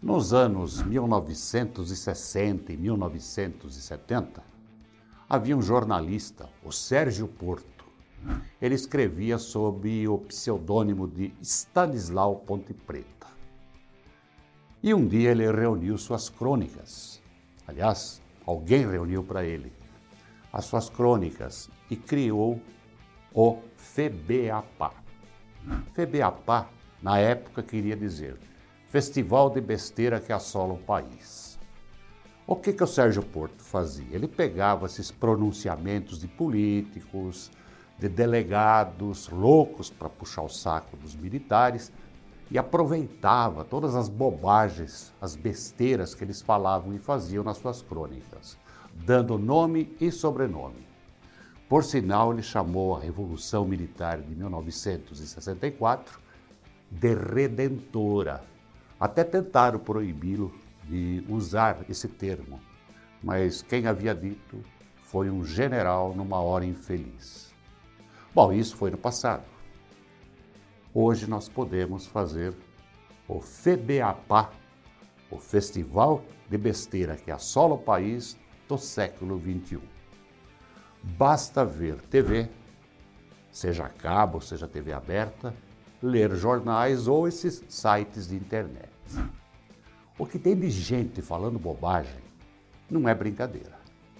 Nos anos 1960 e 1970, havia um jornalista, o Sérgio Porto. Ele escrevia sob o pseudônimo de Stanislau Ponte Preta. E um dia ele reuniu suas crônicas. Aliás, alguém reuniu para ele as suas crônicas e criou o FEBEAPA. FEBEAPA, na época, queria dizer Festival de Besteira que Assola o País. O que o Sérgio Porto fazia? Ele pegava esses pronunciamentos de políticos, de delegados loucos para puxar o saco dos militares e aproveitava todas as bobagens, as besteiras que eles falavam e faziam nas suas crônicas, dando nome e sobrenome. Por sinal, ele chamou a Revolução Militar de 1964 de redentora. Até tentaram proibi-lo de usar esse termo, mas quem havia dito foi um general numa hora infeliz. Bom, isso foi no passado. Hoje nós podemos fazer o FEBEAPA, o Festival de Besteira que Assola o País do século XXI. Basta ver TV, seja a cabo, seja TV aberta, ler jornais ou esses sites de internet. O que tem de gente falando bobagem não é brincadeira.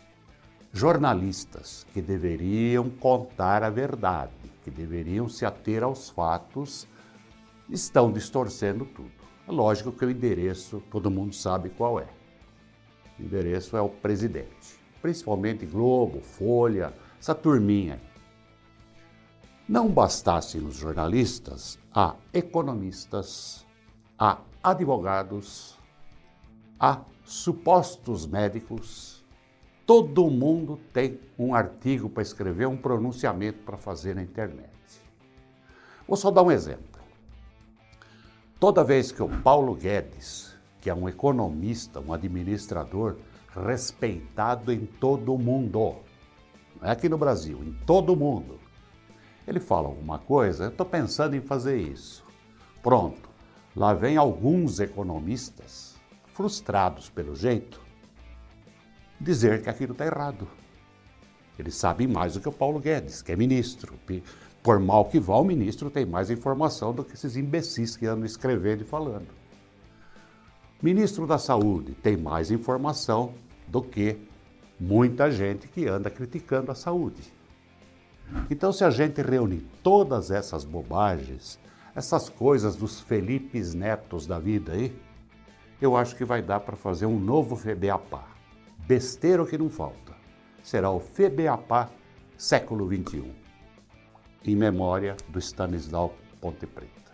Jornalistas que deveriam contar a verdade, que deveriam se ater aos fatos, estão distorcendo tudo. É lógico que o endereço, todo mundo sabe qual é. O endereço é o presidente, principalmente Globo, Folha, essa turminha aí. Não bastassem os jornalistas, há economistas, há advogados, há supostos médicos. Todo mundo tem um artigo para escrever, um pronunciamento para fazer na internet. Vou só dar um exemplo. Toda vez que o Paulo Guedes, que é um economista, um administrador respeitado em todo o mundo, não é aqui no Brasil, em todo o mundo, ele fala alguma coisa, eu estou pensando em fazer isso. Pronto, lá vem alguns economistas, frustrados pelo jeito, dizer que aquilo está errado. Eles sabem mais do que o Paulo Guedes, que é ministro. Por mal que vá, o ministro tem mais informação do que esses imbecis que andam escrevendo e falando. Ministro da Saúde tem mais informação do que muita gente que anda criticando a saúde. Então, se a gente reunir todas essas bobagens, essas coisas dos Felipes Netos da vida aí, eu acho que vai dar para fazer um novo FEBEAPA. Besteira que não falta. Será o FEBEAPA século XXI, em memória do Stanislau Ponte Preta.